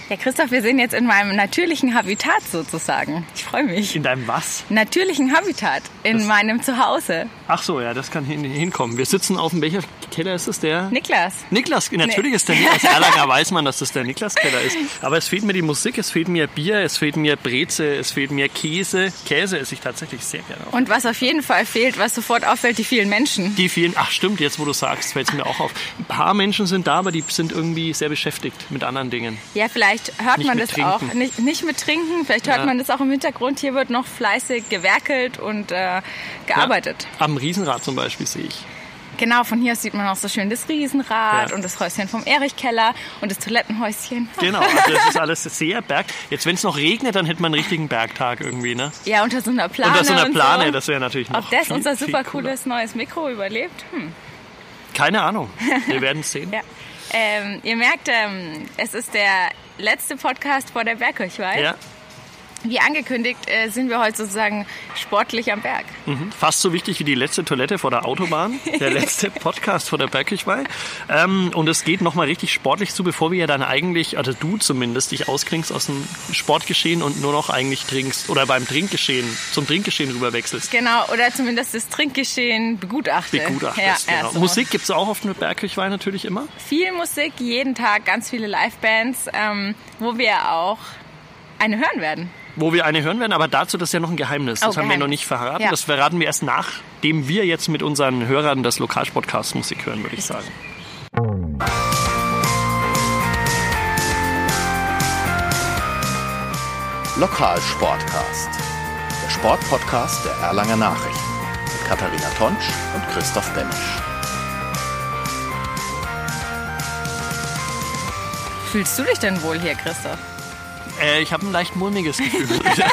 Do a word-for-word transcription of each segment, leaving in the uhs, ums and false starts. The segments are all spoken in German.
Ja, Christoph, wir sind jetzt in meinem natürlichen Habitat sozusagen. Ich freue mich. In deinem was? Natürlichen Habitat, in das meinem Zuhause. Ach so, ja, das kann hin, hinkommen. Wir sitzen auf dem, welcher Keller ist das? Der? Niklas. Niklas, natürlich nee. ist der Niklas. Als Erlanger weiß man, dass das der Niklas-Keller ist. Aber es fehlt mir die Musik, es fehlt mir Bier, es fehlt mir Breze, es fehlt mir Käse. Käse esse ich tatsächlich sehr gerne. Und was auf jeden Fall fehlt, was sofort auffällt, die vielen Menschen. Die vielen, ach stimmt, jetzt wo du sagst, fällt es mir auch auf. Ein paar Menschen sind da, aber die sind irgendwie sehr beschäftigt mit anderen Dingen. Ja, vielleicht hört nicht man das trinken. auch. Nicht, nicht mit Trinken, vielleicht hört ja. man das auch im Hintergrund. Hier wird noch fleißig gewerkelt und äh, gearbeitet. Ja, am Riesenrad zum Beispiel sehe ich. Genau, von hier aus sieht man auch so schön das Riesenrad ja. und das Häuschen vom Erich-Keller und das Toilettenhäuschen. Genau, also das ist alles sehr Berg. Jetzt, wenn es noch regnet, dann hätte man einen richtigen Bergtag irgendwie, ne? Ja, unter so einer Plane. Unter so einer Plane, so. Das wäre natürlich noch Ob das viel, unser viel super cooler. cooles neues Mikro überlebt? Hm. Keine Ahnung, wir werden es sehen. ja. ähm, ihr merkt, ähm, es ist der letzte Podcast vor der Bergkirchweih. Ja. Wie angekündigt äh, sind wir heute sozusagen sportlich am Berg. Mhm. Fast so wichtig wie die letzte Toilette vor der Autobahn, der letzte Podcast vor der Bergkirchweih. Ähm, und es geht nochmal richtig sportlich zu, bevor wir ja dann eigentlich, also du zumindest, dich auskriegst aus dem Sportgeschehen und nur noch eigentlich trinkst oder beim Trinkgeschehen, zum Trinkgeschehen rüberwechselst. Genau, oder zumindest das Trinkgeschehen begutachte. Begutachtest, ja, genau. so. Musik gibt es auch auf der Bergkirchweih natürlich immer? Viel Musik, jeden Tag, ganz viele Livebands, ähm, wo wir auch eine hören werden. Wo wir eine hören werden, aber dazu, das ist ja noch ein Geheimnis. Das oh, haben Geheimnis. wir noch nicht verraten. Ja. Das verraten wir erst nachdem wir jetzt mit unseren Hörern das Lokalsportcast Musik hören, würde ich sagen. Lokalsportcast. Der Sportpodcast der Erlanger Nachrichten. Mit Katharina Tonsch und Christoph Benisch. Fühlst du dich denn wohl hier, Christoph? Äh, ich habe ein leicht mulmiges Gefühl.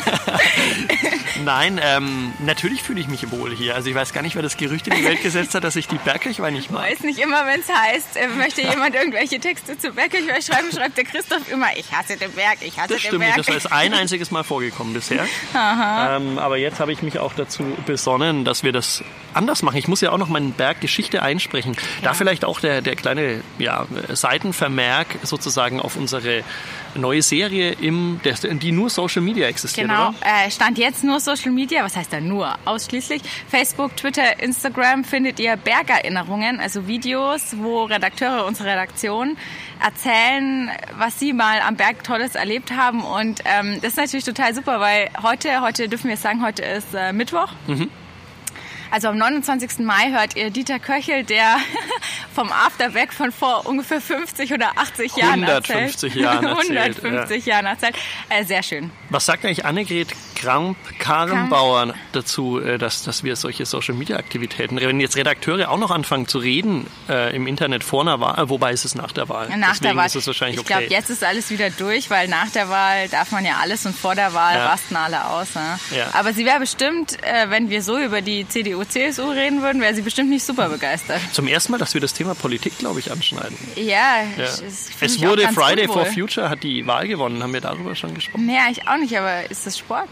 Nein, ähm, natürlich fühle ich mich wohl hier. Also ich weiß gar nicht, wer das Gerücht in die Welt gesetzt hat, dass ich die Bergkirchweih nicht mag. Ich weiß nicht immer, wenn es heißt, äh, möchte jemand irgendwelche Texte zur Bergkirchweih schreiben, schreibt der Christoph immer, ich hasse den Berg, ich hasse das den stimmt Berg. Nicht. Das ist ein einziges Mal vorgekommen bisher. Aha. Ähm, aber jetzt habe ich mich auch dazu besonnen, dass wir das anders machen. Ich muss ja auch noch meinen Berggeschichte einsprechen. Ja. Da vielleicht auch der, der kleine ja, Seitenvermerk sozusagen auf unsere neue Serie, im, der, die nur Social Media existiert, genau. oder? Äh, Stand jetzt nur Social Media, was heißt da nur? Ausschließlich. Facebook, Twitter, Instagram findet ihr Bergerinnerungen, also Videos, wo Redakteure unserer Redaktion erzählen, was sie mal am Berg Tolles erlebt haben. Und ähm, das ist natürlich total super, weil heute, heute dürfen wir sagen, heute ist äh, Mittwoch. Mhm. Also am neunundzwanzigsten Mai hört ihr Dieter Köchel, der vom Afterback von vor ungefähr fünfzig oder achtzig Jahren erzählt. hundertfünfzig Jahren erzählt. hundertfünfzig ja. Jahren erzählt. Äh, sehr schön. Was sagt eigentlich Annegret Kramp-Karrenbauer dazu, dass, dass wir solche Social-Media-Aktivitäten, wenn jetzt Redakteure auch noch anfangen zu reden äh, im Internet vor einer Wahl, wobei ist es nach der Wahl? Nach Deswegen der Wahl. ist es wahrscheinlich ich okay. glaube, jetzt ist alles wieder durch, weil nach der Wahl darf man ja alles und vor der Wahl ja. rasten alle aus. Ne? Ja. Aber sie wäre bestimmt, äh, wenn wir so über die C D U, C S U reden würden, wäre sie bestimmt nicht super begeistert. Zum ersten Mal, dass wir das Thema Politik, glaube ich, anschneiden. Ja. ja. Ich, es wurde Friday unwohl. for Future, hat die Wahl gewonnen. Haben wir darüber schon gesprochen? Nee, ich auch nicht, aber ist das Sport?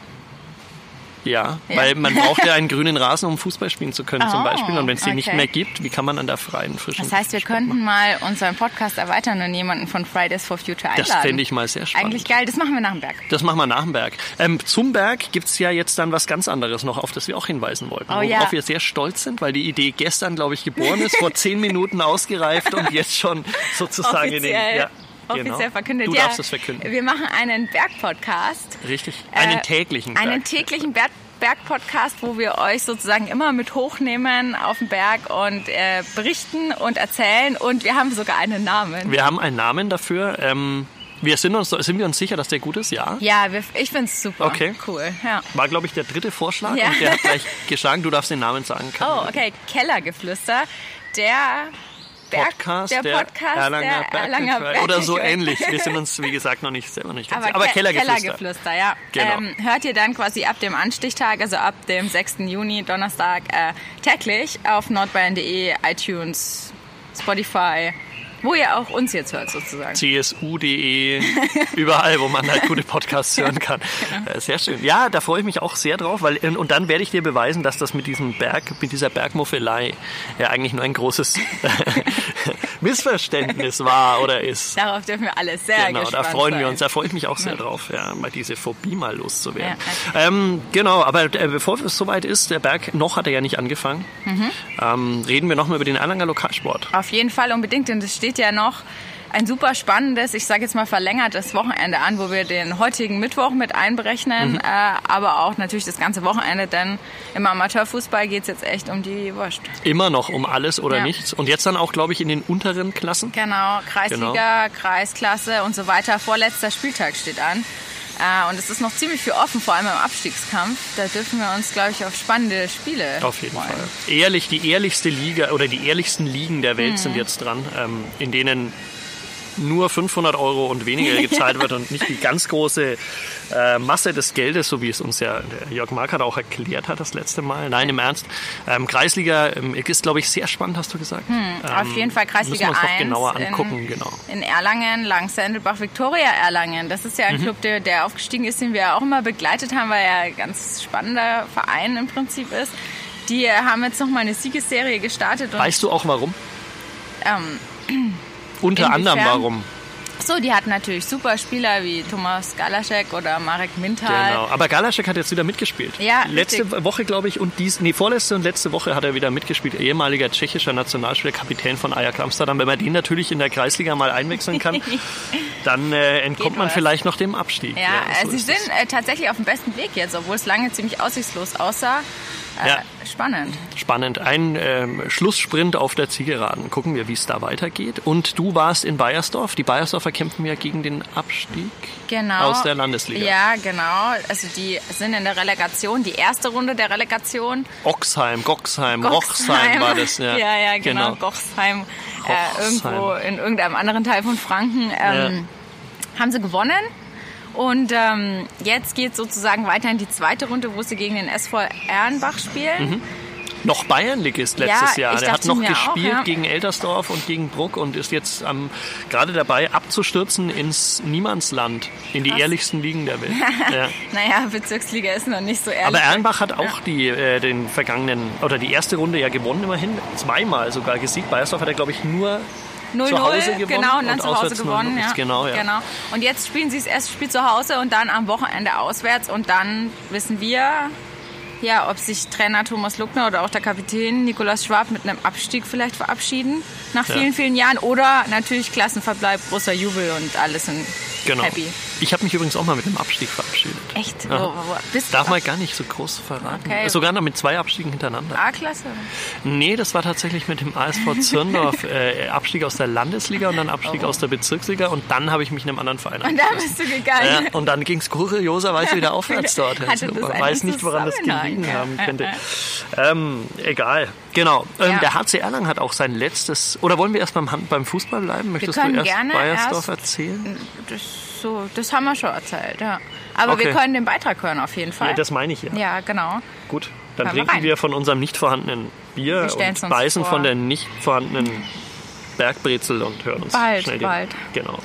Ja, ja, weil man braucht ja einen grünen Rasen, um Fußball spielen zu können, oh, zum Beispiel. Und wenn es den okay. nicht mehr gibt, wie kann man an der freien, frischen Das heißt, wir Sport könnten machen? mal unseren Podcast erweitern und jemanden von Fridays for Future einladen. Das fände ich mal sehr spannend. Eigentlich geil, das machen wir nach dem Berg. Das machen wir nach dem Berg. Ähm, zum Berg gibt es ja jetzt dann was ganz anderes noch, auf das wir auch hinweisen wollten. Oh, worauf ja. wir sehr stolz sind, weil die Idee gestern, glaube ich, geboren ist, vor zehn Minuten ausgereift und jetzt schon sozusagen in den... Ja, Offiziell genau. verkündet. Du ja, darfst es verkünden. Wir machen einen Berg-Podcast. Richtig, einen äh, täglichen Berg. Einen täglichen Berg Berg-Podcast, wo wir euch sozusagen immer mit hochnehmen auf den Berg und äh, berichten und erzählen. Und wir haben sogar einen Namen. Wir haben einen Namen dafür. Ähm, wir sind, uns, sind wir uns sicher, dass der gut ist? Ja? Ja, wir, ich finde es super. Okay. Cool. Ja. War, glaube ich, der dritte Vorschlag. Ja. Und der hat gleich geschlagen. Du darfst den Namen sagen. Oh, okay. Kellergeflüster. Der... Berg, Podcast, der, der Podcast Erlanger, der Erlanger Berg oder so ähnlich. Wir sind uns, wie gesagt, noch nicht selber nicht ganz Aber, aber Ke- Kellergeflüster. Kellergeflüster, ja. Genau. Ähm, hört ihr dann quasi ab dem Anstichtag, also ab dem sechsten Juni, Donnerstag, äh, täglich auf nordbayern punkt de, iTunes, Spotify, Wo ihr auch uns jetzt hört, sozusagen. C S U punkt de, überall, wo man halt gute Podcasts hören kann. Genau. Sehr schön. Ja, da freue ich mich auch sehr drauf, weil und dann werde ich dir beweisen, dass das mit diesem Berg, mit dieser Bergmuffelei ja eigentlich nur ein großes Missverständnis war oder ist. Darauf dürfen wir alle sehr genau, gespannt da freuen sein. wir uns, da freue ich mich auch sehr ja. drauf, ja, mal diese Phobie mal loszuwerden. Ja, okay. ähm, genau, aber äh, bevor es soweit ist, der Berg, noch hat er ja nicht angefangen, mhm. ähm, reden wir nochmal über den Erlanger Lokalsport. Auf jeden Fall unbedingt, denn es steht ja noch ein super spannendes, ich sage jetzt mal verlängertes Wochenende an, wo wir den heutigen Mittwoch mit einberechnen, mhm. äh, aber auch natürlich das ganze Wochenende, denn im Amateurfußball geht es jetzt echt um die Wurst. Immer noch um alles oder ja. nichts. Und jetzt dann auch, glaube ich, in den unteren Klassen? Genau, Kreisliga, genau. Kreisklasse und so weiter. Vorletzter Spieltag steht an. Äh, und es ist noch ziemlich viel offen, vor allem im Abstiegskampf. Da dürfen wir uns, glaube ich, auf spannende Spiele Auf jeden freuen. Fall. Ehrlich, die ehrlichste Liga oder die ehrlichsten Ligen der Welt mhm. sind jetzt dran, ähm, in denen nur fünfhundert Euro und weniger gezahlt wird und nicht die ganz große äh, Masse des Geldes, so wie es uns ja der Jörg Markert auch erklärt hat das letzte Mal. Nein, im Ernst. Ähm, Kreisliga ähm, ist, glaube ich, sehr spannend, hast du gesagt. Hm, ähm, auf jeden Fall Kreisliga müssen wir uns eins noch genauer angucken. In, genau. in Erlangen, Langsendelbach, Viktoria Erlangen. Das ist ja ein mhm. Club, der, der aufgestiegen ist, den wir auch immer begleitet haben, weil er ein ganz spannender Verein im Prinzip ist. Die haben jetzt nochmal eine Siegesserie gestartet. Und, weißt du auch warum? Ähm, Unter inwiefern? anderem warum? So, die hatten natürlich super Spieler wie Thomas Galaschek oder Marek Mintal. Genau, aber Galaschek hat jetzt wieder mitgespielt. Ja, letzte richtig. Woche, glaube ich, und dies, nee, vorletzte und letzte Woche hat er wieder mitgespielt. Ehemaliger tschechischer Nationalspieler, Kapitän von Ajax Amsterdam. Wenn man den natürlich in der Kreisliga mal einwechseln kann, dann äh, entkommt man vielleicht noch dem Abstieg. Ja, ja so sie sind äh, tatsächlich auf dem besten Weg jetzt, obwohl es lange ziemlich aussichtslos aussah. Äh, ja. Spannend. Spannend. Ein ähm, Schlusssprint auf der Zielgeraden. Gucken wir, wie es da weitergeht. Und du warst in Baiersdorf. Die Baiersdorfer kämpfen ja gegen den Abstieg genau. aus der Landesliga. Ja, genau. Also die sind in der Relegation, die erste Runde der Relegation. Oxheim, Goxheim, Rochsheim war das. Ja, ja, ja genau. genau. Gochsheim, äh, irgendwo in irgendeinem anderen Teil von Franken. Ähm, ja. Haben sie gewonnen. Und ähm, jetzt geht es sozusagen weiter in die zweite Runde, wo sie gegen den S V Erlenbach spielen. Mhm. Noch Bayernligist letztes ja, Jahr. Der hat noch gespielt auch, ja. gegen Eltersdorf und gegen Bruck und ist jetzt ähm, gerade dabei abzustürzen ins Niemandsland, in die Was? ehrlichsten Ligen der Welt. Ja. Naja, Bezirksliga ist noch nicht so ehrlich. Aber Erlenbach hat auch ja. die, äh, den vergangenen, oder die erste Runde ja gewonnen immerhin, zweimal sogar gesiegt. Baiersdorf hat er, glaube ich, nur null zu Hause gewonnen. Genau, und dann und zu Hause gewonnen. Ja. Genau, ja. genau. Und jetzt spielen sie das erste Spiel zu Hause und dann am Wochenende auswärts. Und dann wissen wir, ja, ob sich Trainer Thomas Luckner oder auch der Kapitän Nikolaus Schwab mit einem Abstieg vielleicht verabschieden nach vielen, ja. vielen Jahren. Oder natürlich Klassenverbleib, großer Jubel und alles sind genau. happy. Ich habe mich übrigens auch mal mit dem Abstieg verabschiedet. Echt? Ja. Wo, wo, bist Darf du? man gar nicht so groß verraten. Okay. Sogar noch mit zwei Abstiegen hintereinander. A-Klasse? Nee, das war tatsächlich mit dem A S V Zirndorf äh, Abstieg aus der Landesliga und dann Abstieg oh. aus der Bezirksliga und dann habe ich mich in einem anderen Verein Und da bist du gegangen. Ja, und dann ging es kurioserweise wieder aufwärts dort. Also, man weiß nicht, woran das gelegen ja. haben könnte. Ähm, egal. Genau. Ähm, ja. Der H C Erlangen hat auch sein letztes... Oder wollen wir erst beim, beim Fußball bleiben? Möchtest wir können du erst gerne Baiersdorf erst, erzählen? Das, so, das haben wir schon erzählt, ja. Aber okay. wir können den Beitrag hören auf jeden Fall. Ja, das meine ich ja. Ja, genau. Gut, dann Hören trinken wir, wir von unserem nicht vorhandenen Bier und beißen vor. von der nicht vorhandenen Bergbrezel und hören uns bald, schnell bald. Den, genau.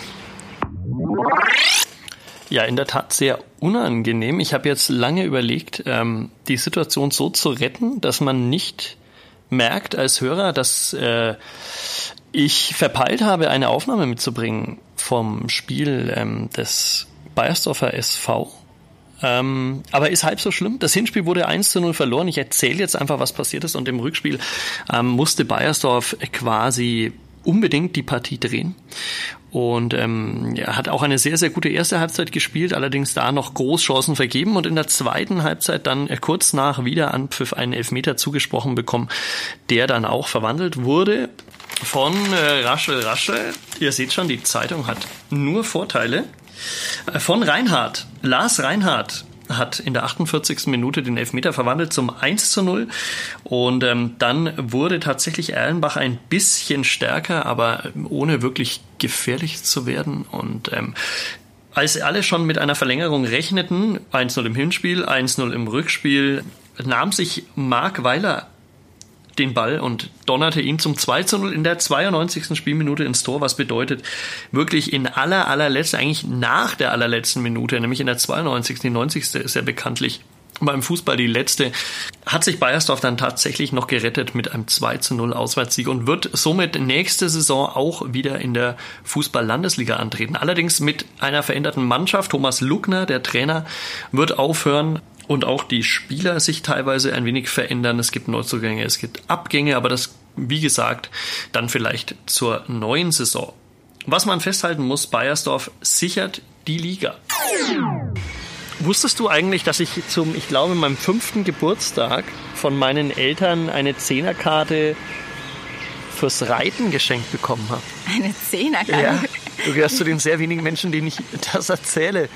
Ja, in der Tat sehr unangenehm. Ich habe jetzt lange überlegt, ähm, die Situation so zu retten, dass man nicht merkt als Hörer, dass äh, ich verpeilt habe, eine Aufnahme mitzubringen vom Spiel ähm, des Baiersdorfer S V. Ähm, aber ist halb so schlimm. Das Hinspiel wurde eins zu null verloren. Ich erzähle jetzt einfach, was passiert ist. Und im Rückspiel ähm, musste Baiersdorf quasi unbedingt die Partie drehen. Und ähm, ja, hat auch eine sehr, sehr gute erste Halbzeit gespielt, allerdings da noch Großchancen vergeben und in der zweiten Halbzeit dann äh, kurz nach Wiederanpfiff einen Elfmeter zugesprochen bekommen, der dann auch verwandelt wurde von äh, Raschel Raschel. Ihr seht schon, die Zeitung hat nur Vorteile. Äh, von Reinhardt, Lars Reinhardt hat in der achtundvierzigsten Minute den Elfmeter verwandelt zum eins zu null und ähm, dann wurde tatsächlich Erlenbach ein bisschen stärker, aber ohne wirklich gefährlich zu werden und ähm, als alle schon mit einer Verlängerung rechneten, eins null im Hinspiel, eins null im Rückspiel, nahm sich Marc Weiler den Ball und donnerte ihn zum zwei zu null in der zweiundneunzigsten Spielminute ins Tor, was bedeutet, wirklich in aller, allerletzter, eigentlich nach der allerletzten Minute, nämlich in der zweiundneunzigsten Die neunzigste ist ja bekanntlich beim Fußball die letzte, hat sich Beiersdorf dann tatsächlich noch gerettet mit einem zwei zu null Auswärtssieg und wird somit nächste Saison auch wieder in der Fußball-Landesliga antreten. Allerdings mit einer veränderten Mannschaft. Thomas Luckner, der Trainer, wird aufhören. Und auch die Spieler sich teilweise ein wenig verändern. Es gibt Neuzugänge, es gibt Abgänge, aber das, wie gesagt, dann vielleicht zur neuen Saison. Was man festhalten muss, Beiersdorf sichert die Liga. Wusstest du eigentlich, dass ich zum, ich glaube, meinem fünften Geburtstag von meinen Eltern eine Zehnerkarte fürs Reiten geschenkt bekommen habe? Eine Zehnerkarte? Ja. Du gehörst zu den sehr wenigen Menschen, denen ich das erzähle.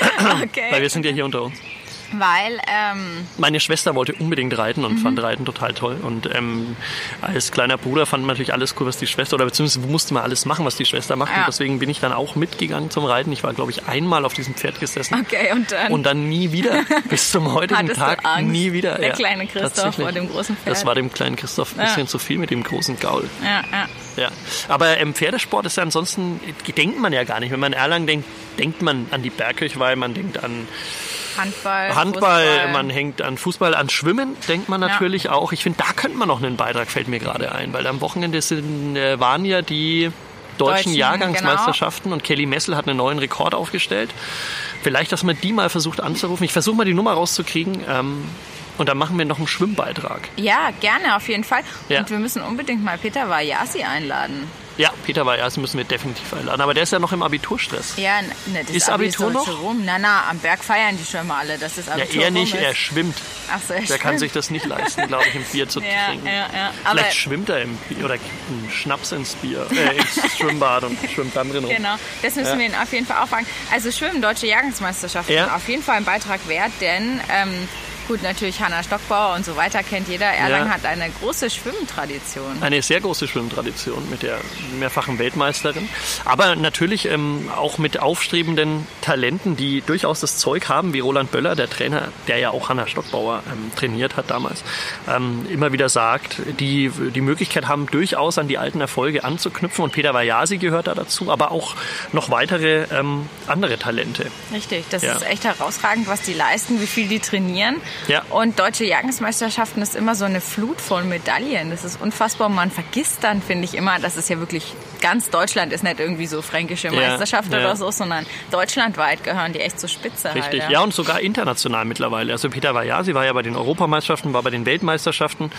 Okay. Weil wir sind ja hier unter uns. Weil, ähm... Meine Schwester wollte unbedingt reiten und mhm. fand Reiten total toll. Und ähm, als kleiner Bruder fand man natürlich alles cool, was die Schwester, oder beziehungsweise musste man alles machen, was die Schwester macht. Ja. Und deswegen bin ich dann auch mitgegangen zum Reiten. Ich war, glaube ich, einmal auf diesem Pferd gesessen. Okay, und dann? Und dann nie wieder. Bis zum heutigen Hattest Tag du Angst? Nie wieder. Der ja, kleine Christoph vor dem großen Pferd. Das war dem kleinen Christoph ein bisschen ja. zu viel mit dem großen Gaul. Ja, ja. Ja. Aber ähm, Pferdesport ist ja ansonsten, denkt man ja gar nicht. Wenn man an Erlangen denkt, denkt man an die Bergkirchweih, man denkt an Handball, Handball, Fußball. Man hängt an Fußball, an Schwimmen denkt man natürlich ja. auch. Ich finde, da könnte man noch einen Beitrag, fällt mir gerade ein, weil am Wochenende sind, äh, waren ja die deutschen, deutschen Jahrgangsmeisterschaften genau. Und Kelly Messel hat einen neuen Rekord aufgestellt. Vielleicht, dass man die mal versucht anzurufen. Ich versuche mal die Nummer rauszukriegen. Ähm, und dann machen wir noch einen Schwimmbeitrag. Ja, gerne, auf jeden Fall. Ja. Und wir müssen unbedingt mal Peter Vajasi einladen. Ja, Peter Vajasi müssen wir definitiv einladen. Aber der ist ja noch im Abiturstress. Ja, ne, das ist Abitur Abi noch? Ist rum. Na, na, am Berg feiern die Schwimmer alle, dass das Abitur Ja, er nicht, rum ist. er schwimmt. Ach so, er der schwimmt. kann sich das nicht leisten, glaube ich, ein Bier zu ja, trinken. Ja, ja. Vielleicht Aber schwimmt er im Bier oder einen Schnaps ins Bier, äh, ins Schwimmbad und schwimmt dann drin rum. Genau, das müssen ja. wir ihn auf jeden Fall auch fragen. Also Schwimmen, deutsche Jahrgangsmeisterschaften, ja. auf jeden Fall ein Beitrag wert, denn ähm, gut, natürlich Hanna Stockbauer und so weiter kennt jeder. Erlangen ja. hat eine große Schwimmtradition. Eine sehr große Schwimmtradition mit der mehrfachen Weltmeisterin. Aber natürlich ähm, auch mit aufstrebenden Talenten, die durchaus das Zeug haben, wie Roland Böller, der Trainer, der ja auch Hanna Stockbauer ähm, trainiert hat damals, ähm, immer wieder sagt, die die Möglichkeit haben, durchaus an die alten Erfolge anzuknüpfen. Und Peter Vajasi gehört da dazu, aber auch noch weitere ähm, andere Talente. Richtig, das ja. ist echt herausragend, was die leisten, wie viel die trainieren. Ja. Und deutsche Jahrgangsmeisterschaften ist immer so eine Flut von Medaillen. Das ist unfassbar. Man vergisst dann, finde ich immer, dass es ja wirklich ganz Deutschland ist, nicht irgendwie so fränkische Meisterschaft ja, ja. oder so, sondern deutschlandweit gehören die echt zur Spitze. Richtig, halt, ja. ja, und sogar international mittlerweile. Also Peter Vajasi war ja bei den Europameisterschaften, war bei den Weltmeisterschaften.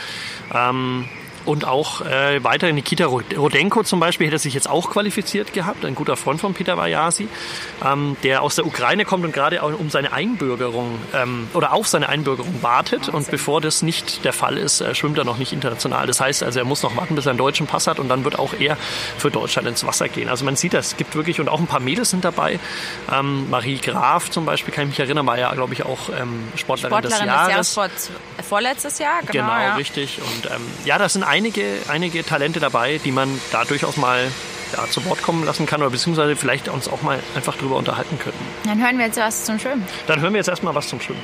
Ähm Und auch äh, weiter Nikita Rodenko zum Beispiel hätte sich jetzt auch qualifiziert gehabt, ein guter Freund von Peter Vajasi, ähm, der aus der Ukraine kommt und gerade um seine Einbürgerung ähm, oder auf seine Einbürgerung wartet. Wahnsinn. Und bevor das nicht der Fall ist, äh, schwimmt er noch nicht international. Das heißt also, er muss noch warten, bis er einen deutschen Pass hat und dann wird auch er für Deutschland ins Wasser gehen. Also man sieht das, es gibt wirklich, und auch ein paar Mädels sind dabei. Ähm, Marie Graf zum Beispiel, kann ich mich erinnern, war ja, glaube ich, auch ähm, Sportlerin, Sportlerin des Jahres. des Jahres vor, vorletztes Jahr, genau. Genau, ja. richtig. Und ähm, ja, das sind einige, einige Talente dabei, die man da durchaus mal ja, zu Wort kommen lassen kann oder beziehungsweise vielleicht uns auch mal einfach drüber unterhalten könnten. Dann hören wir jetzt was zum Schwimmen. Dann hören wir jetzt erstmal was zum Schwimmen.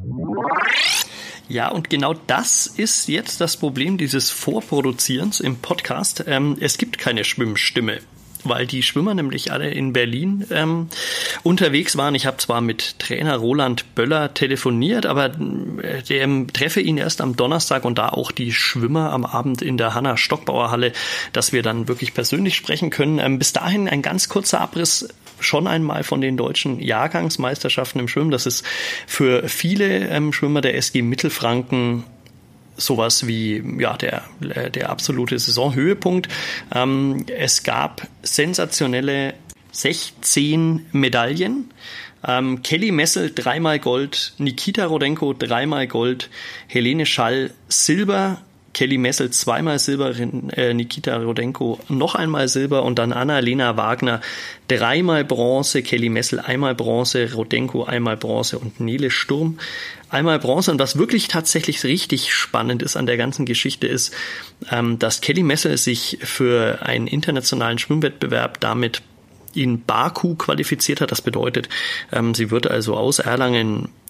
Ja, und genau das ist jetzt das Problem dieses Vorproduzierens im Podcast. Ähm, es gibt keine Schwimmstimme, weil die Schwimmer nämlich alle in Berlin ähm, unterwegs waren. Ich habe zwar mit Trainer Roland Böller telefoniert, aber äh, der, treffe ihn erst am Donnerstag und da auch die Schwimmer am Abend in der Hanna Stockbauer Halle, dass wir dann wirklich persönlich sprechen können. Ähm, bis dahin ein ganz kurzer Abriss schon einmal von den deutschen Jahrgangsmeisterschaften im Schwimmen. Das ist für viele ähm, Schwimmer der S G Mittelfranken sowas wie ja der der absolute Saisonhöhepunkt. Ähm, es gab sensationelle sechzehn Medaillen. Ähm, Kelly Messel dreimal Gold, Nikita Rodenko dreimal Gold, Helene Schall Silber, Kelly Messel zweimal Silber, äh, Nikita Rodenko noch einmal Silber und dann Anna-Lena Wagner dreimal Bronze, Kelly Messel einmal Bronze, Rodenko einmal Bronze und Nele Sturm einmal Bronze. Und was wirklich tatsächlich richtig spannend ist an der ganzen Geschichte ist, ähm, dass Kelly Messel sich für einen internationalen Schwimmwettbewerb damit in Baku qualifiziert hat. Das bedeutet, ähm, sie wird also aus Erlangen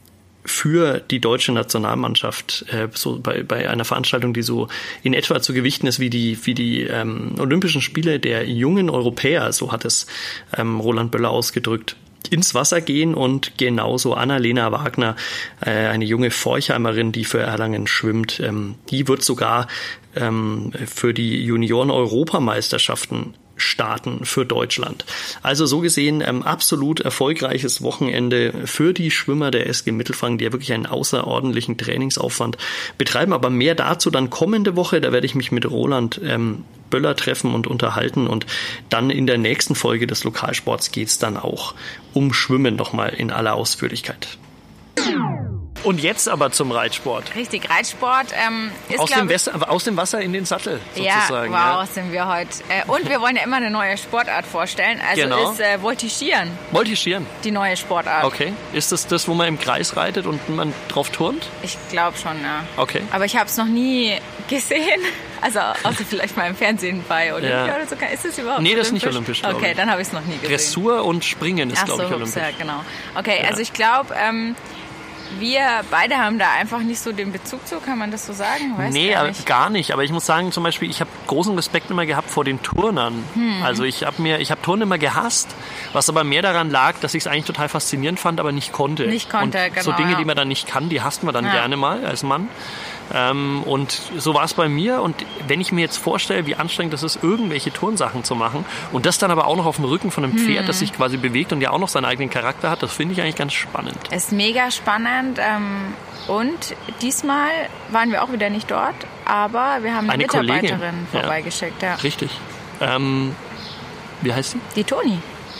für die deutsche Nationalmannschaft, äh, so bei, bei einer Veranstaltung, die so in etwa zu gewichten ist wie die, wie die ähm, Olympischen Spiele der jungen Europäer, so hat es ähm, Roland Böller ausgedrückt, ins Wasser gehen. Und genauso Annalena Wagner, äh, eine junge Forchheimerin, die für Erlangen schwimmt, ähm, die wird sogar ähm, für die Junioren-Europameisterschaften starten für Deutschland. Also so gesehen ähm, absolut erfolgreiches Wochenende für die Schwimmer der S G Mittelfranken, die ja wirklich einen außerordentlichen Trainingsaufwand betreiben. Aber mehr dazu dann kommende Woche. Da werde ich mich mit Roland ähm, Böller treffen und unterhalten. Und dann in der nächsten Folge des Lokalsports geht es dann auch um Schwimmen nochmal in aller Ausführlichkeit. Und jetzt aber zum Reitsport. Richtig, Reitsport ähm, ist, aus, dem ich, West- aus dem Wasser in den Sattel sozusagen. Ja, wow, ja. sind wir heute. Äh, und wir wollen ja immer eine neue Sportart vorstellen. Also genau. ist äh, Voltigieren. Voltigieren? Die neue Sportart. Okay. Ist das das, wo man im Kreis reitet und man drauf turnt? Ich glaube schon, ja. Okay. Aber ich habe es noch nie gesehen. Also außer vielleicht mal im Fernsehen bei Olympia ja. oder so. Ist das überhaupt Nee, das ist olympisch? nicht olympisch, glaube Okay, ich. dann habe ich es noch nie gesehen. Dressur und Springen ist, glaube so, ich, olympisch. Ja, genau. Okay, Ja. also ich glaube... Ähm, wir beide haben da einfach nicht so den Bezug zu, kann man das so sagen? Weiß nee, gar aber nicht. gar nicht. Aber ich muss sagen, zum Beispiel, ich habe großen Respekt immer gehabt vor den Turnern. Hm. Also ich habe mir, ich habe Turnen immer gehasst, was aber mehr daran lag, dass ich es eigentlich total faszinierend fand, aber nicht konnte. Nicht konnte, und genau. So Dinge, ja. die man dann nicht kann, die hasst man dann ja. gerne mal als Mann. Ähm, und so war es bei mir. Und wenn ich mir jetzt vorstelle, wie anstrengend das ist, irgendwelche Turnsachen zu machen und das dann aber auch noch auf dem Rücken von einem Pferd, hm. das sich quasi bewegt und ja auch noch seinen eigenen Charakter hat, das finde ich eigentlich ganz spannend. Ist mega spannend. Ähm, und diesmal waren wir auch wieder nicht dort, aber wir haben eine, eine Mitarbeiterin Kollegin. vorbeigeschickt. Ja. Richtig. Ähm, wie heißt sie? Die Toni.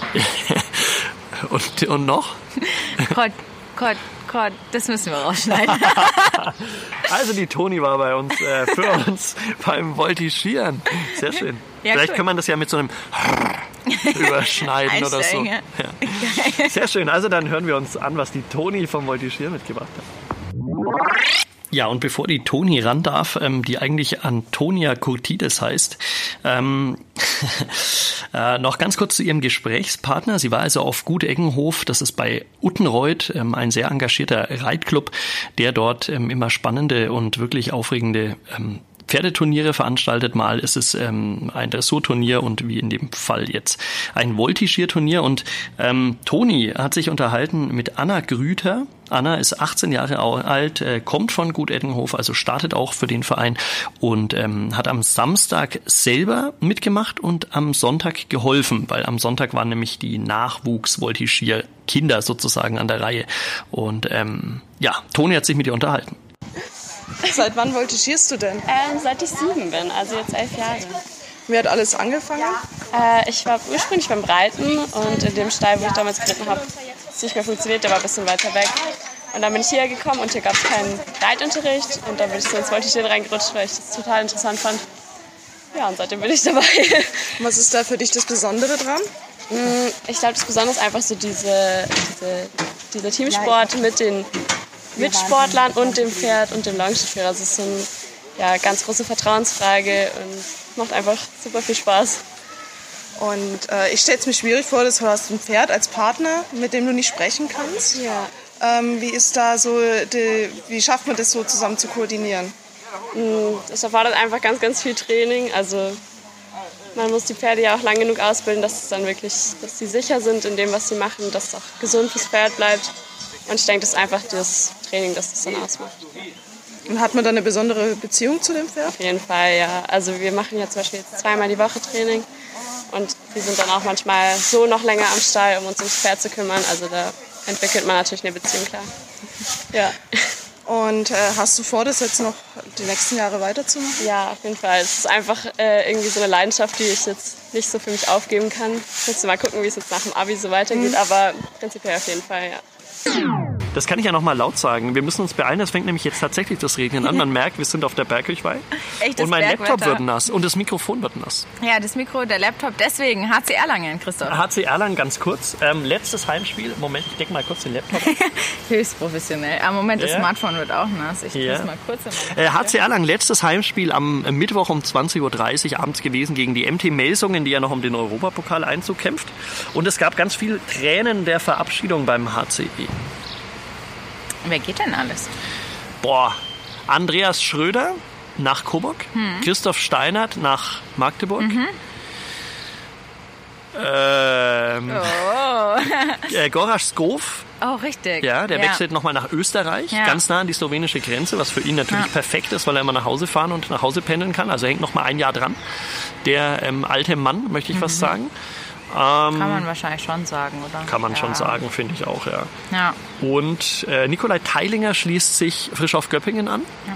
und, und noch? Gott, Gott, Gott, das müssen wir rausschneiden. Also die Toni war bei uns, äh, für uns beim Voltigieren. Sehr schön. Ja, Vielleicht cool. kann man das ja mit so einem überschneiden oder so. Ja. Sehr schön. Also dann hören wir uns an, was die Toni vom Voltigieren mitgebracht hat. Ja, und bevor die Toni ran darf, ähm, die eigentlich Antonia Curtides heißt, ähm, äh, noch ganz kurz zu ihrem Gesprächspartner. Sie war also auf Gut Eggenhof, das ist bei Uttenreuth, ähm, ein sehr engagierter Reitclub, der dort ähm, immer spannende und wirklich aufregende ähm, Pferdeturniere veranstaltet. Mal ist es ähm, ein Dressurturnier und wie in dem Fall jetzt ein Voltigierturnier. Und ähm, Toni hat sich unterhalten mit Anna Grüter. Anna ist achtzehn Jahre alt, äh, kommt von Gut Eggenhof, also startet auch für den Verein und ähm, hat am Samstag selber mitgemacht und am Sonntag geholfen, weil am Sonntag waren nämlich die Nachwuchs-Voltigierkinder sozusagen an der Reihe. Und ähm, ja, Toni hat sich mit ihr unterhalten. Seit wann voltigierst du denn? Ähm, seit ich sieben bin, also jetzt elf Jahre. Wie hat alles angefangen? Äh, ich war ursprünglich beim Reiten und in dem Stall, wo ich damals geritten habe, hat es nicht mehr funktioniert, der war ein bisschen weiter weg. Und dann bin ich hierher gekommen und hier gab es keinen Reitunterricht und dann bin ich so ins Voltigieren reingerutscht, weil ich das total interessant fand. Ja, und seitdem bin ich dabei. Was ist da für dich das Besondere dran? Ich glaube, das Besondere ist einfach so diese, diese, dieser Teamsport mit den Mitsportlern und dem Pferd und dem Longenführer. Also es ist so eine ja, ganz große Vertrauensfrage und macht einfach super viel Spaß. Und äh, ich stelle es mir schwierig vor, dass du hast ein Pferd als Partner, mit dem du nicht sprechen kannst. Ja. Ähm, wie ist da so, die, wie schafft man das so zusammen zu koordinieren? Das erfordert einfach ganz, ganz viel Training. Also man muss die Pferde ja auch lang genug ausbilden, dass es dann wirklich, dass sie sicher sind in dem, was sie machen, dass es auch gesund fürs Pferd bleibt. Und ich denke, das ist einfach das Training, das das dann ausmacht. Und hat man dann eine besondere Beziehung zu dem Pferd? Auf jeden Fall, ja. Also wir machen ja zum Beispiel jetzt zweimal die Woche Training. Und wir sind dann auch manchmal so noch länger am Stall, um uns ums Pferd zu kümmern. Also da entwickelt man natürlich eine Beziehung, klar. Ja. Und äh, hast du vor, das jetzt noch die nächsten Jahre weiterzumachen? Ja, auf jeden Fall. Es ist einfach äh, irgendwie so eine Leidenschaft, die ich jetzt nicht so für mich aufgeben kann. Ich muss mal gucken, wie es jetzt nach dem Abi so weitergeht, mhm. aber prinzipiell auf jeden Fall, ja. Das kann ich ja noch mal laut sagen. Wir müssen uns beeilen, es fängt nämlich jetzt tatsächlich das Regnen an. Man merkt, wir sind auf der Bergkirchweih. Und mein Laptop wird nass und das Mikrofon wird nass. Ja, das Mikro, der Laptop, deswegen H C Erlangen, Christoph. H C Erlangen, ganz kurz. Ähm, letztes Heimspiel. Moment, ich decke mal kurz den Laptop. Höchst professionell. Aber Moment, das ja. Smartphone wird auch nass. Ich ja. muss mal kurz... Äh, H C Erlangen, letztes Heimspiel am Mittwoch um zwanzig Uhr dreißig abends gewesen gegen die M T Melsungen, die ja noch um den Europapokal-Einzug kämpft. Und es gab ganz viel Tränen der Verabschiedung beim H C E. Wer geht denn alles? Boah, Andreas Schröder nach Coburg, hm. Christoph Steinert nach Magdeburg, mhm. ähm, oh. äh, Goraš Skov. Oh, richtig. Ja, der ja. wechselt nochmal nach Österreich, ja. ganz nah an die slowenische Grenze, was für ihn natürlich ja. perfekt ist, weil er immer nach Hause fahren und nach Hause pendeln kann. Also hängt nochmal ein Jahr dran. Der ähm, alte Mann, möchte ich mhm. was sagen. Ähm, kann man wahrscheinlich schon sagen, oder? Kann man ja. schon sagen, finde ich auch, ja. ja. Und äh, Nikolai Teilinger schließt sich frisch auf Göppingen an. Ja.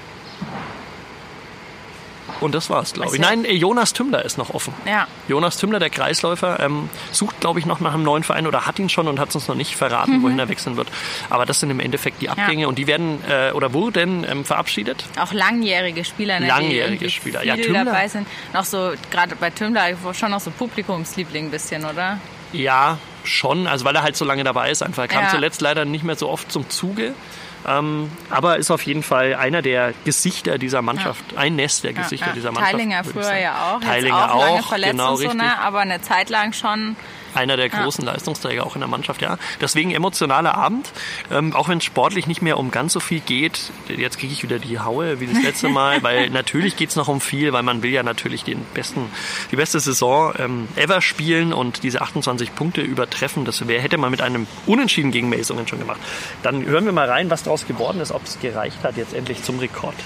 Und das war's, glaube ich. Nein, Jonas Tümmler ist noch offen. Ja. Jonas Tümmler, der Kreisläufer, ähm, sucht, glaube ich, noch nach einem neuen Verein oder hat ihn schon und hat es uns noch nicht verraten, mhm. wohin er wechseln wird. Aber das sind im Endeffekt die Abgänge ja. und die werden äh, oder wurden ähm, verabschiedet. Auch langjährige Spieler, ne, langjährige die Spieler. Viel Ja, Tümmler dabei sind. Noch so, gerade bei Tümmler, schon noch so Publikumsliebling ein bisschen, oder? Ja, schon. Also weil er halt so lange dabei ist einfach. Er kam ja. zuletzt leider nicht mehr so oft zum Zuge. Ähm, aber ist auf jeden Fall einer der Gesichter dieser Mannschaft, ja. ein Nest der Gesichter ja, ja. dieser Mannschaft. Teilinger früher ja auch, Teilinger jetzt auch, lange auch verletzt genau, und so, ne? Aber eine Zeit lang schon. Einer der großen ja. Leistungsträger auch in der Mannschaft, ja. Deswegen emotionaler Abend, ähm, auch wenn es sportlich nicht mehr um ganz so viel geht. Jetzt kriege ich wieder die Haue wie das letzte Mal, weil natürlich geht es noch um viel, weil man will ja natürlich den besten, die beste Saison ähm, ever spielen und diese achtundzwanzig Punkte übertreffen. Das wär, hätte man mit einem Unentschieden gegen Melsungen schon gemacht. Dann hören wir mal rein, was daraus geworden ist, ob es gereicht hat jetzt endlich zum Rekord.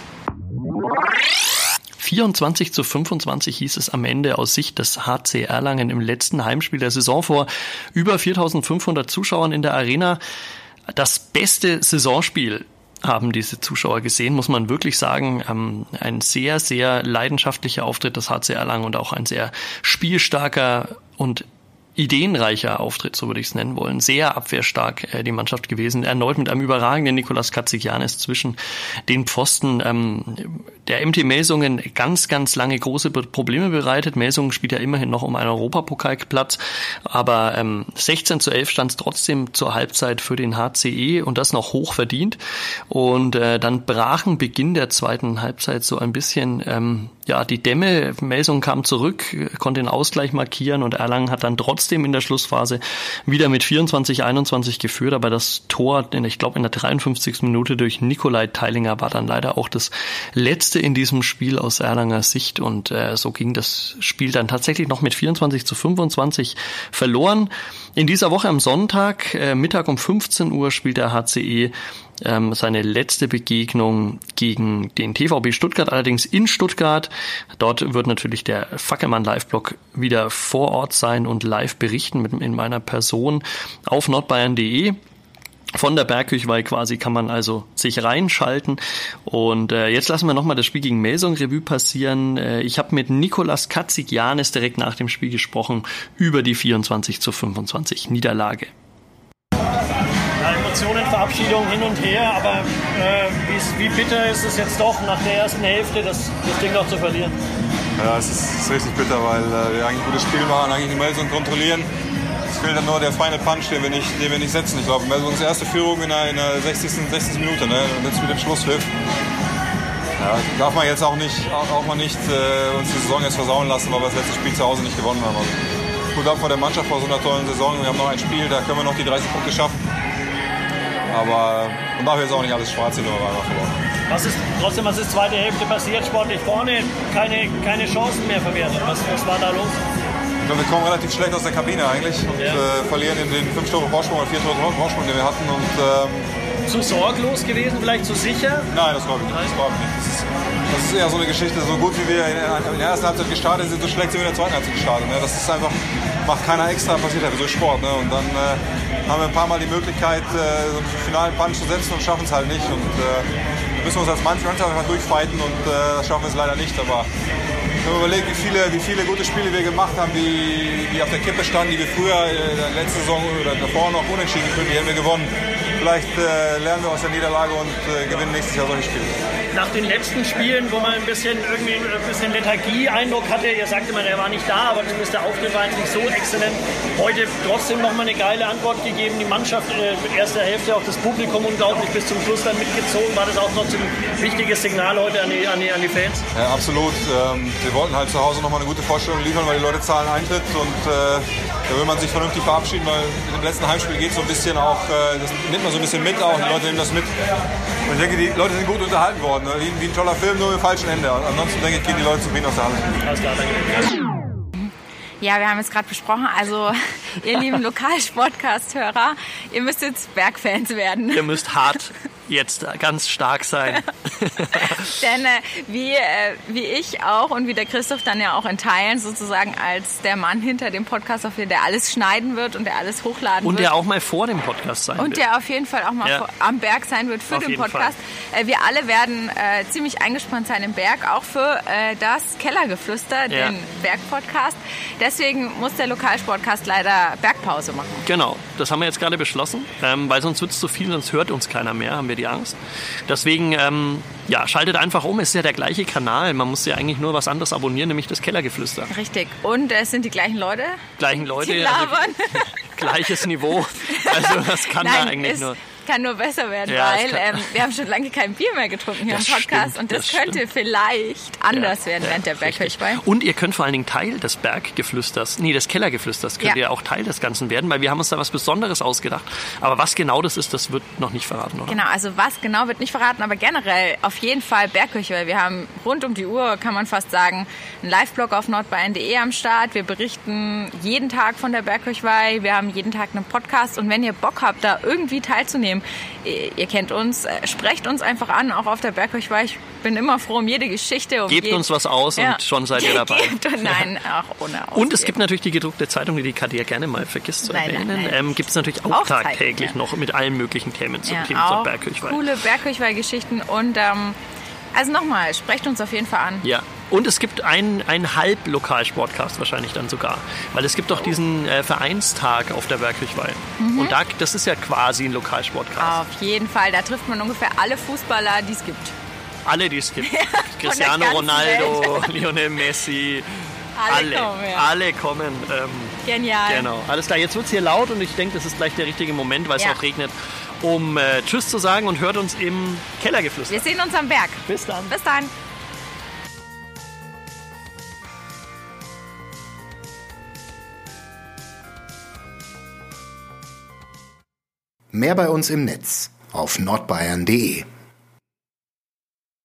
vierundzwanzig zu fünfundzwanzig hieß es am Ende aus Sicht des H C Erlangen im letzten Heimspiel der Saison vor über viertausendfünfhundert Zuschauern in der Arena. Das beste Saisonspiel haben diese Zuschauer gesehen, muss man wirklich sagen. Ein sehr, sehr leidenschaftlicher Auftritt des H C Erlangen und auch ein sehr spielstarker und ideenreicher Auftritt, so würde ich es nennen wollen. Sehr abwehrstark äh, die Mannschaft gewesen. Erneut mit einem überragenden Nikolas Katzigiannis zwischen den Pfosten. Ähm, der M T Melsungen ganz, ganz lange große Probleme bereitet. Melsungen spielt ja immerhin noch um einen Europapokalplatz. Aber ähm, sechzehn zu elf stand es trotzdem zur Halbzeit für den H C E und das noch hoch verdient. Und äh, dann brachen Beginn der zweiten Halbzeit so ein bisschen ähm, ja die Dämme. Melsungen kam zurück, konnte den Ausgleich markieren und Erlangen hat dann trotzdem in der Schlussphase wieder mit vierundzwanzig einundzwanzig geführt, aber das Tor, ich glaube in der dreiundfünfzigsten Minute durch Nikolai Teilinger war dann leider auch das letzte in diesem Spiel aus Erlanger Sicht und äh, so ging das Spiel dann tatsächlich noch mit vierundzwanzig zu fünfundzwanzig verloren. In dieser Woche am Sonntag, äh, Mittag um fünfzehn Uhr, spielt der H C E ähm, seine letzte Begegnung gegen den T V B Stuttgart, allerdings in Stuttgart. Dort wird natürlich der Fackelmann Live-Blog wieder vor Ort sein und live berichten mit, in meiner Person auf nordbayern punkt de. Von der Bergküchweih quasi kann man also sich reinschalten. Und äh, jetzt lassen wir nochmal das Spiel gegen Melsungen Revue passieren. Äh, ich habe mit Nikolas Katzigiannis direkt nach dem Spiel gesprochen über die vierundzwanzig zu fünfundzwanzig Niederlage. Ja, Emotionen, Verabschiedung hin und her, aber äh, wie bitter ist es jetzt doch, nach der ersten Hälfte das, das Ding noch zu verlieren? Ja, es ist, es ist richtig bitter, weil äh, wir eigentlich ein gutes Spiel machen, eigentlich die Melsungen kontrollieren. Es fehlt dann nur der Final Punch, den wir nicht, den wir nicht setzen. Ich glaube, Melsungs erste Führung in der, in der sechzigsten Minute, ne? Und jetzt mit dem Schlusspfiff. Ja, darf man jetzt auch nicht, auch, auch mal nicht äh, uns die Saison jetzt versauen lassen, weil wir das letzte Spiel zu Hause nicht gewonnen haben. Also, gut ab vor der Mannschaft vor so einer tollen Saison. Wir haben noch ein Spiel, da können wir noch die dreißig Punkte schaffen. Aber man darf jetzt auch nicht alles schwarz sehen, nur einfach verloren. Was ist trotzdem, was ist zweite Hälfte passiert? Sportlich vorne, keine, keine Chancen mehr verwertet. Was, was war da los? Wir kommen relativ schlecht aus der Kabine eigentlich und ja. äh, verlieren in den fünf Tore Vorsprung oder vier Tore Vorsprung, den wir hatten. Und, ähm, zu sorglos gewesen, vielleicht zu sicher? Nein, das glaube ich nicht. Das, glaub ich nicht. Das, ist, das ist eher so eine Geschichte, so gut wie wir in der ersten Halbzeit gestartet sind, so schlecht sind wir in der zweiten Halbzeit gestartet. Ne? Das ist einfach, macht keiner extra, passiert halt so Sport. Ne? Und dann äh, haben wir ein paar Mal die Möglichkeit, äh, so einen finalen Punch zu setzen und schaffen es halt nicht. Und äh, wir müssen uns als Mannschaft einfach durchfighten und äh, schaffen wir es leider nicht. Aber wenn man überlegt, wie viele, wie viele gute Spiele wir gemacht haben, die, die auf der Kippe standen, die wir früher in der letzten Saison oder davor noch unentschieden geführt, die haben wir gewonnen. Vielleicht äh, lernen wir aus der Niederlage und äh, gewinnen nächstes Jahr solche Spiele. Nach den letzten Spielen, wo man ein bisschen, irgendwie ein bisschen Lethargie-Eindruck hatte, ihr sagt immer, der war nicht da, aber zumindest der Auftritt war nicht so exzellent. Heute trotzdem nochmal eine geile Antwort gegeben. Die Mannschaft äh, mit erster Hälfte, auch das Publikum unglaublich bis zum Schluss dann mitgezogen. War das auch noch ein wichtiges Signal heute an die, an die, an die Fans? Ja, absolut. Ähm, wir wollten halt zu Hause nochmal eine gute Vorstellung liefern, weil die Leute zahlen Eintritt und äh, da will man sich vernünftig verabschieden, weil mit dem letzten Heimspiel geht so ein bisschen auch, äh, das nimmt man so ein bisschen mit auch, die Leute nehmen das mit. Und ich denke, die Leute sind gut unterhalten worden, ne? wie, wie ein toller Film, nur mit falschem Ende. Ansonsten denke ich, gehen die Leute zufrieden aus der Halle. Alles klar, danke. Ja, wir haben es gerade besprochen, also ihr lieben Lokalsportcast-Hörer, ihr müsst jetzt Bergfans werden. Ihr müsst hart jetzt ganz stark sein. Denn äh, wie, äh, wie ich auch und wie der Christoph dann ja auch in Teilen sozusagen als der Mann hinter dem Podcast, auf der alles schneiden wird und der alles hochladen und wird. Und der auch mal vor dem Podcast sein und wird. Und der auf jeden Fall auch mal ja. vor, am Berg sein wird für auf den Podcast. Äh, wir alle werden äh, ziemlich eingespannt sein im Berg, auch für äh, das Kellergeflüster, ja. den Bergpodcast. Deswegen muss der Lokalsportcast leider Bergpause machen. Genau, das haben wir jetzt gerade beschlossen, ähm, weil sonst wird es zu viel, sonst hört uns keiner mehr, haben wir die Angst. Deswegen, ähm, ja, schaltet einfach um, es ist ja der gleiche Kanal, man muss ja eigentlich nur was anderes abonnieren, nämlich das Kellergeflüster. Richtig, und es sind die gleichen Leute. Gleichen Leute, die labern. Also, gleiches Niveau, also das kann Nein, da eigentlich nur... kann nur besser werden, ja, weil ähm, wir haben schon lange kein Bier mehr getrunken hier das im Podcast stimmt, und das, das könnte stimmt. vielleicht anders ja, werden ja, während der Bergkirchweih. Und ihr könnt vor allen Dingen Teil des Berggeflüsters, nee, des Kellergeflüsters, könnt ja. ihr auch Teil des Ganzen werden, weil wir haben uns da was Besonderes ausgedacht. Aber was genau das ist, das wird noch nicht verraten, oder? Genau, also was genau wird nicht verraten, aber generell auf jeden Fall Bergkirchweih. Wir haben rund um die Uhr, kann man fast sagen, einen Live-Blog auf nordbayern punkt de am Start. Wir berichten jeden Tag von der Bergkirchweih. Wir haben jeden Tag einen Podcast und wenn ihr Bock habt, da irgendwie teilzunehmen, ihr kennt uns, sprecht uns einfach an, auch auf der Bergkirchweih. Ich bin immer froh um jede Geschichte. Um Gebt jeden, uns was aus ja. und schon seid ihr dabei. Nein, auch ohne Ausgeben. Und es gibt natürlich die gedruckte Zeitung, die die Katja gerne mal vergisst zu nein, erwähnen. Nein, nein. Ähm, gibt es natürlich auch, auch tagtäglich ja. noch mit allen möglichen Themen zum ja, Thema zur Bergkirchweih. Coole Bergkirchweih-Geschichten und ähm, also nochmal, sprecht uns auf jeden Fall an. Ja. Und es gibt einen, einen Halb-Lokalsportcast wahrscheinlich dann sogar. Weil es gibt doch diesen äh, Vereinstag auf der Bergkirchweih. Mhm. Und da, das ist ja quasi ein Lokalsportcast. Auf jeden Fall. Da trifft man ungefähr alle Fußballer, die es gibt. Alle, die es gibt. Ja, Cristiano Ronaldo, Lionel Messi. Alle, alle kommen. Ja. Alle kommen. Ähm, Genial. Genau. Alles klar. Jetzt wird es hier laut und ich denke, das ist gleich der richtige Moment, weil es ja. auch regnet, um äh, Tschüss zu sagen und hört uns im Kellergeflüster. Wir sehen uns am Berg. Bis dann. Bis dann. Mehr bei uns im Netz auf nordbayern punkt de.